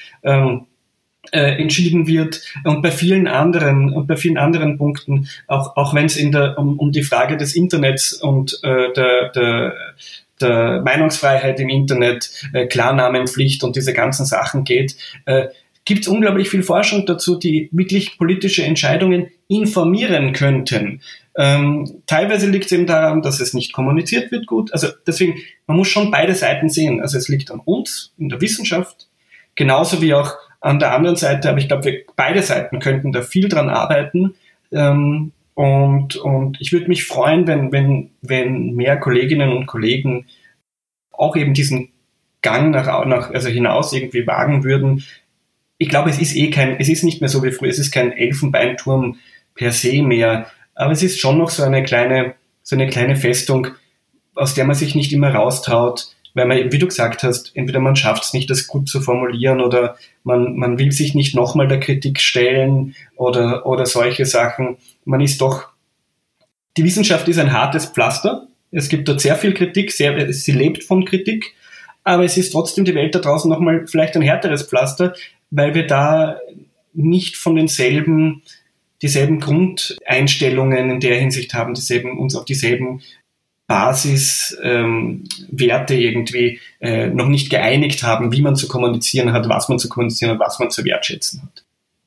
Äh, entschieden wird und bei vielen anderen und bei vielen anderen Punkten, auch auch wenn es in der um, um die Frage des Internets und äh, der, der der Meinungsfreiheit im Internet, äh, Klarnamenpflicht und diese ganzen Sachen geht, äh, gibt es unglaublich viel Forschung dazu, die wirklich politische Entscheidungen informieren könnten. Ähm, teilweise liegt es eben daran, dass es nicht kommuniziert wird gut. Also deswegen, man muss schon beide Seiten sehen. Also es liegt an uns in der Wissenschaft, genauso wie auch an der anderen Seite, aber ich glaube, wir beide Seiten könnten da viel dran arbeiten. Ähm, und, und ich würde mich freuen, wenn, wenn, wenn mehr Kolleginnen und Kollegen auch eben diesen Gang nach, nach, also hinaus irgendwie wagen würden. Ich glaube, es ist eh kein, es ist nicht mehr so wie früher, es ist kein Elfenbeinturm per se mehr, aber es ist schon noch so eine kleine, so eine kleine Festung, aus der man sich nicht immer raustraut, weil man eben, wie du gesagt hast, entweder man schafft es nicht, das gut zu formulieren, oder man, man will sich nicht nochmal der Kritik stellen oder, oder solche Sachen. Man ist doch, die Wissenschaft ist ein hartes Pflaster. Es gibt dort sehr viel Kritik, sehr, sie lebt von Kritik, aber es ist trotzdem die Welt da draußen nochmal vielleicht ein härteres Pflaster, weil wir da nicht von denselben, dieselben Grundeinstellungen in der Hinsicht haben, dieselben, uns auf dieselben Basiswerte ähm, Werte irgendwie äh, noch nicht geeinigt haben, wie man zu kommunizieren hat, was man zu kommunizieren hat, was man zu wertschätzen hat.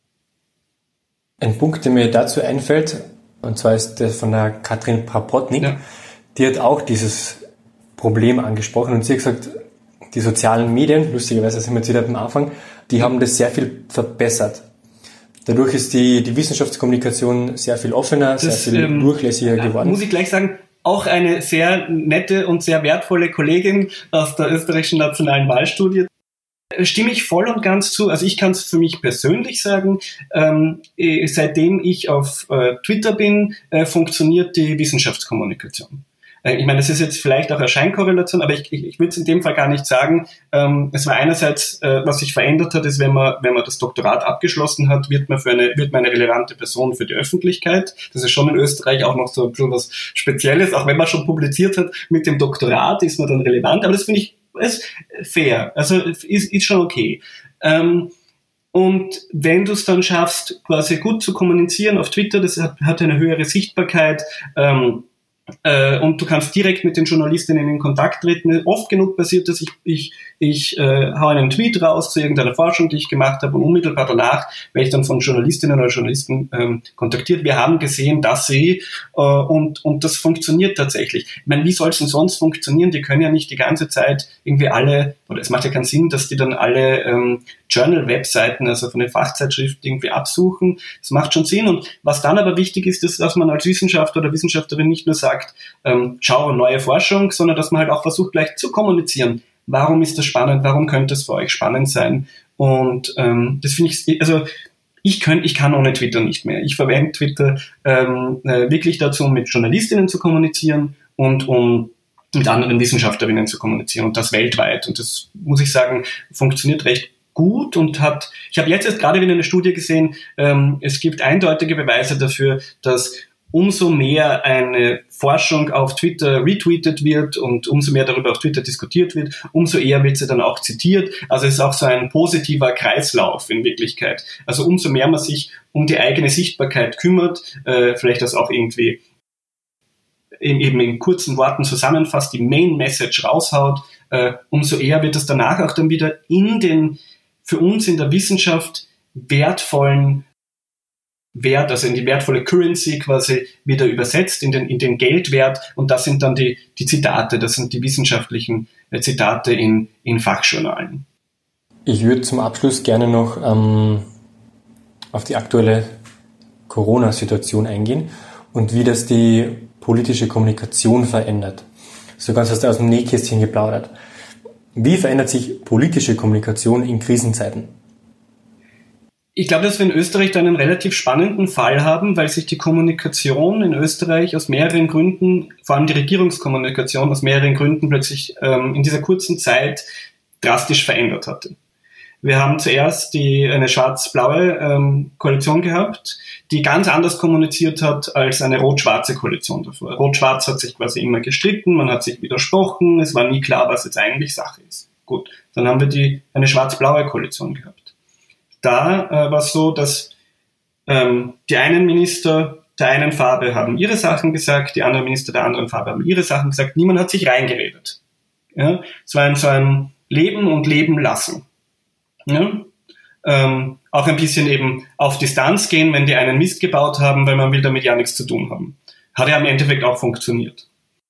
Ein Punkt, der mir dazu einfällt, und zwar ist der von der Katrin Prapotnik, ja. Die hat auch dieses Problem angesprochen und sie hat gesagt, die sozialen Medien, lustigerweise sind wir jetzt wieder am Anfang, die haben das sehr viel verbessert. Dadurch ist die, die Wissenschaftskommunikation sehr viel offener, das, sehr viel ähm, durchlässiger geworden. Muss ich gleich sagen, auch eine sehr nette und sehr wertvolle Kollegin aus der österreichischen Nationalen Wahlstudie. Stimme ich voll und ganz zu. Also ich kann es für mich persönlich sagen, ähm, seitdem ich auf äh, Twitter bin, äh, funktioniert die Wissenschaftskommunikation. Äh, ich meine, das ist jetzt vielleicht auch eine Scheinkorrelation, aber ich, ich, ich würde es in dem Fall gar nicht sagen. Ähm, es war einerseits, äh, was sich verändert hat, ist, wenn man, wenn man das Doktorat abgeschlossen hat, wird man für eine, wird man eine relevante Person für die Öffentlichkeit. Das ist schon in Österreich auch noch so ein bisschen was Spezielles. Auch wenn man schon publiziert hat mit dem Doktorat, ist man dann relevant. Aber das finde ich ist fair, also ist, ist schon okay. Ähm, und wenn du es dann schaffst, quasi gut zu kommunizieren auf Twitter, das hat, hat eine höhere Sichtbarkeit, ähm, Äh, und du kannst direkt mit den Journalistinnen in Kontakt treten. Oft genug passiert das, ich, ich, ich äh, hau einen Tweet raus zu irgendeiner Forschung, die ich gemacht habe, und unmittelbar danach werde ich dann von Journalistinnen oder Journalisten ähm, kontaktiert. Wir haben gesehen, dass sie, äh, und, und das funktioniert tatsächlich. Ich meine, wie soll es denn sonst funktionieren? Die können ja nicht die ganze Zeit irgendwie alle, oder es macht ja keinen Sinn, dass die dann alle ähm, Journal-Webseiten, also von den Fachzeitschriften irgendwie absuchen. Das macht schon Sinn. Und was dann aber wichtig ist, ist, dass man als Wissenschaftler oder Wissenschaftlerin nicht nur sagt, ähm, schau, neue Forschung, sondern dass man halt auch versucht, gleich zu kommunizieren. Warum ist das spannend? Warum könnte es für euch spannend sein? Und ähm, das finde ich, also ich, könnt, ich kann ohne Twitter nicht mehr. Ich verwende Twitter ähm, äh, wirklich dazu, um mit Journalistinnen zu kommunizieren und um mit anderen Wissenschaftlerinnen zu kommunizieren, und das weltweit. Und das, muss ich sagen, funktioniert recht gut und hat, ich habe jetzt erst gerade wieder eine Studie gesehen, ähm, es gibt eindeutige Beweise dafür, dass umso mehr eine Forschung auf Twitter retweetet wird und umso mehr darüber auf Twitter diskutiert wird, umso eher wird sie dann auch zitiert. Also es ist auch so ein positiver Kreislauf in Wirklichkeit. Also umso mehr man sich um die eigene Sichtbarkeit kümmert, äh, vielleicht das auch irgendwie eben in kurzen Worten zusammenfasst, die Main Message raushaut, äh, umso eher wird das danach auch dann wieder in den für uns in der Wissenschaft wertvollen Wert, also in die wertvolle Currency quasi wieder übersetzt, in den, in den Geldwert, und das sind dann die, die Zitate, das sind die wissenschaftlichen äh, Zitate in, in Fachjournalen. Ich würde zum Abschluss gerne noch ähm, auf die aktuelle Corona-Situation eingehen und wie das die politische Kommunikation verändert. So ganz hast du aus dem Nähkästchen geplaudert. Wie verändert sich politische Kommunikation in Krisenzeiten? Ich glaube, dass wir in Österreich da einen relativ spannenden Fall haben, weil sich die Kommunikation in Österreich aus mehreren Gründen, vor allem die Regierungskommunikation aus mehreren Gründen plötzlich ähm, in dieser kurzen Zeit drastisch verändert hatte. Wir haben zuerst die, eine schwarz-blaue ähm, Koalition gehabt, die ganz anders kommuniziert hat als eine rot-schwarze Koalition davor. Rot-schwarz hat sich quasi immer gestritten, man hat sich widersprochen, es war nie klar, was jetzt eigentlich Sache ist. Gut, dann haben wir die, eine schwarz-blaue Koalition gehabt. Da äh, war es so, dass ähm, die einen Minister der einen Farbe haben ihre Sachen gesagt, die anderen Minister der anderen Farbe haben ihre Sachen gesagt, niemand hat sich reingeredet. Ja? Es war so ein Leben und Leben lassen. Ja? Ähm, auch ein bisschen eben auf Distanz gehen, wenn die einen Mist gebaut haben, weil man will damit ja nichts zu tun haben. Hat ja im Endeffekt auch funktioniert.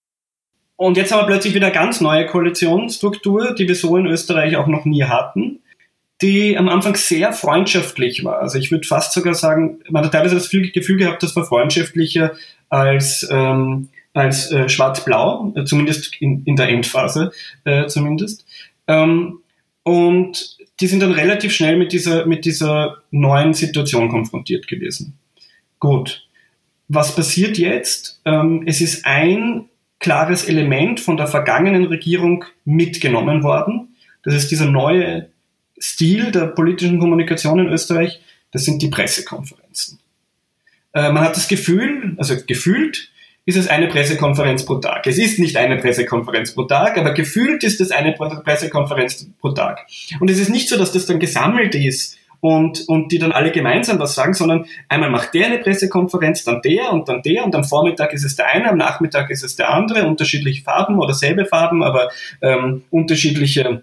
Und jetzt haben wir plötzlich wieder eine ganz neue Koalitionsstruktur, die wir so in Österreich auch noch nie hatten, die am Anfang sehr freundschaftlich war. Also ich würde fast sogar sagen, man hat teilweise das Gefühl gehabt, das war freundschaftlicher als, ähm, als äh, Schwarz-Blau, äh, zumindest in, in der Endphase äh, zumindest. Ähm, und die sind dann relativ schnell mit dieser, mit dieser neuen Situation konfrontiert gewesen. Gut, was passiert jetzt? Ähm, es ist ein klares Element von der vergangenen Regierung mitgenommen worden. Das ist dieser neue Stil der politischen Kommunikation in Österreich, das sind die Pressekonferenzen. Äh, man hat das Gefühl, also gefühlt ist es eine Pressekonferenz pro Tag. Es ist nicht eine Pressekonferenz pro Tag, aber gefühlt ist es eine Pressekonferenz pro Tag. Und es ist nicht so, dass das dann gesammelt ist und, und die dann alle gemeinsam was sagen, sondern einmal macht der eine Pressekonferenz, dann der und dann der, und am Vormittag ist es der eine, am Nachmittag ist es der andere, unterschiedliche Farben oder selbe Farben, aber ähm, unterschiedliche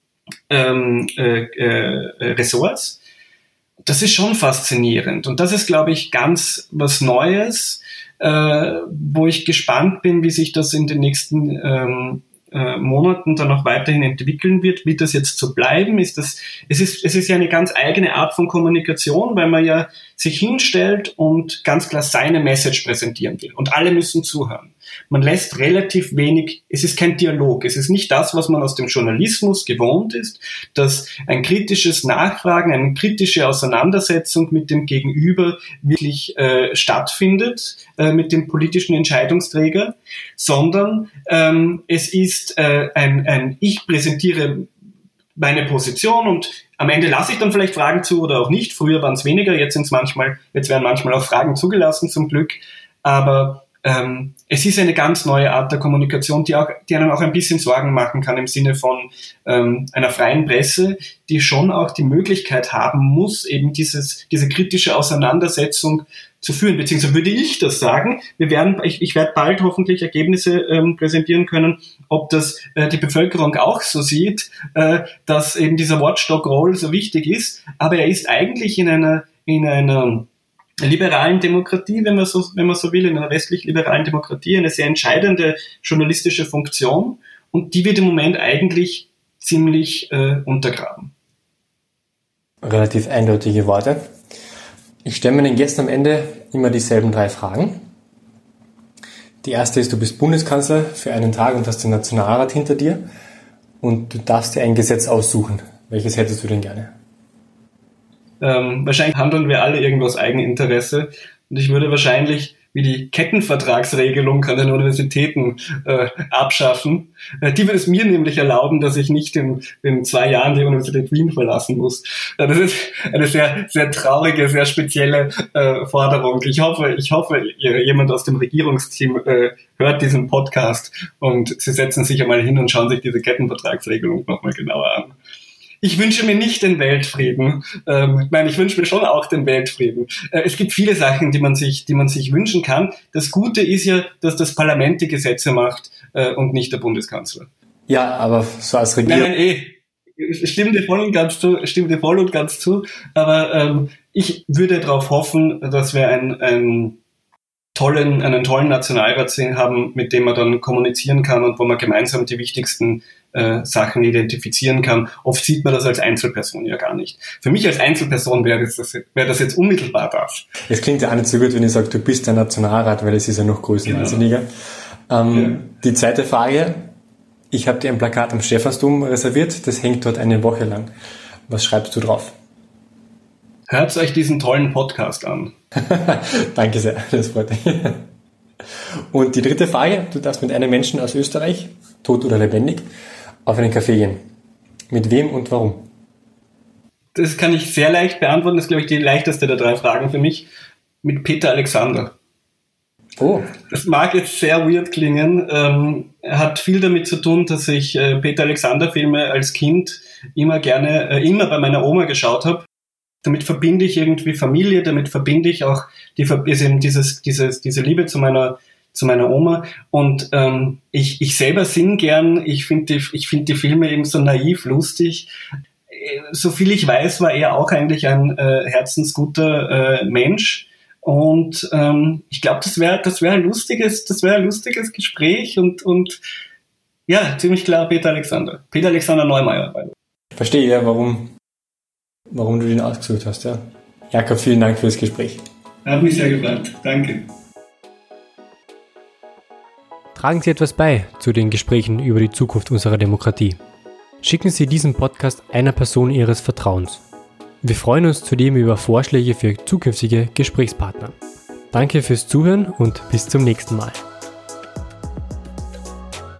ähm, äh, äh, Ressorts. Das ist schon faszinierend, und das ist, glaube ich, ganz was Neues, äh, wo ich gespannt bin, wie sich das in den nächsten ähm, äh, Monaten dann noch weiterhin entwickeln wird. Wird das jetzt so bleiben? Ist das, es ist, es ist ja eine ganz eigene Art von Kommunikation, weil man ja sich hinstellt und ganz klar seine Message präsentieren will. Und alle müssen zuhören. Man lässt relativ wenig, es ist kein Dialog, es ist nicht das, was man aus dem Journalismus gewohnt ist, dass ein kritisches Nachfragen, eine kritische Auseinandersetzung mit dem Gegenüber wirklich äh, stattfindet, äh, mit dem politischen Entscheidungsträger, sondern ähm, es ist äh, ein, ein, ich präsentiere meine Position und am Ende lasse ich dann vielleicht Fragen zu oder auch nicht. Früher waren es weniger, jetzt sind es manchmal, jetzt werden manchmal auch Fragen zugelassen, zum Glück, aber ähm, es ist eine ganz neue Art der Kommunikation, die auch, die einem auch ein bisschen Sorgen machen kann im Sinne von ähm, einer freien Presse, die schon auch die Möglichkeit haben muss, eben dieses, diese kritische Auseinandersetzung zu führen, beziehungsweise würde ich das sagen, wir werden, ich, ich werde bald hoffentlich Ergebnisse ähm, präsentieren können, ob das äh, die Bevölkerung auch so sieht, äh, dass eben dieser Watchdog-Role so wichtig ist, aber er ist eigentlich in einer, in einer liberalen Demokratie, wenn man so, wenn man so will, in einer westlich-liberalen Demokratie eine sehr entscheidende journalistische Funktion, und die wird im Moment eigentlich ziemlich äh, untergraben. Relativ eindeutige Worte. Ich stelle mir den Gästen am Ende immer dieselben drei Fragen. Die erste ist, du bist Bundeskanzler für einen Tag und hast den Nationalrat hinter dir und du darfst dir ein Gesetz aussuchen. Welches hättest du denn gerne? Ähm, wahrscheinlich handeln wir alle irgendwo aus Eigeninteresse, und ich würde wahrscheinlich wie die Kettenvertragsregelung an den Universitäten äh, abschaffen. Äh, die würde es mir nämlich erlauben, dass ich nicht in, in zwei Jahren die Universität Wien verlassen muss. Äh, das ist eine sehr, sehr traurige, sehr spezielle äh, Forderung. Ich hoffe, ich hoffe, jemand aus dem Regierungsteam äh, hört diesen Podcast und sie setzen sich einmal hin und schauen sich diese Kettenvertragsregelung nochmal genauer an. Ich wünsche mir nicht den Weltfrieden. Ähm, nein, ich wünsche mir schon auch den Weltfrieden. Äh, es gibt viele Sachen, die man sich, die man sich wünschen kann. Das Gute ist ja, dass das Parlament die Gesetze macht äh, und nicht der Bundeskanzler. Ja, aber so als Regierung... Nein, nein, eh. Stimmt dir voll und ganz zu, stimmt dir voll und ganz zu. Aber ähm, ich würde darauf hoffen, dass wir ein, ein tollen, einen tollen Nationalrat haben, mit dem man dann kommunizieren kann und wo man gemeinsam die wichtigsten äh, Sachen identifizieren kann. Oft sieht man das als Einzelperson ja gar nicht. Für mich als Einzelperson wäre das, wäre das jetzt unmittelbar das. Es klingt ja auch nicht so gut, wenn ich sage, du bist der Nationalrat, weil es ist ja noch größenwahnsinniger. Genau. Ähm, ja. Die zweite Frage, ich habe dir ein Plakat am Stephansdom reserviert, das hängt dort eine Woche lang. Was schreibst du drauf? Hört euch diesen tollen Podcast an. Danke sehr, das freut mich. Und die dritte Frage, du darfst mit einem Menschen aus Österreich, tot oder lebendig, auf einen Kaffee gehen. Mit wem und warum? Das kann ich sehr leicht beantworten, das ist, glaube ich, die leichteste der drei Fragen für mich. Mit Peter Alexander. Oh. Das mag jetzt sehr weird klingen, ähm, hat viel damit zu tun, dass ich äh, Peter Alexander Filme als Kind immer gerne, äh, immer bei meiner Oma geschaut habe. Damit verbinde ich irgendwie Familie, damit verbinde ich auch die, dieses, dieses, diese Liebe zu meiner, zu meiner Oma. Und ähm, ich, ich selber singe gern, ich finde die, ich finde die Filme eben so naiv, lustig. So viel ich weiß, war er auch eigentlich ein äh, herzensguter äh, Mensch. Und ähm, ich glaube, das wäre das wäre ein lustiges, das wäre ein lustiges Gespräch und, und ja, ziemlich klar Peter Alexander. Peter Alexander Neumeier. Verstehe ja, warum. warum du den ausgesucht hast. Ja. Jakob, vielen Dank für das Gespräch. Hat mich sehr gefreut. Danke. Tragen Sie etwas bei zu den Gesprächen über die Zukunft unserer Demokratie. Schicken Sie diesen Podcast einer Person Ihres Vertrauens. Wir freuen uns zudem über Vorschläge für zukünftige Gesprächspartner. Danke fürs Zuhören und bis zum nächsten Mal.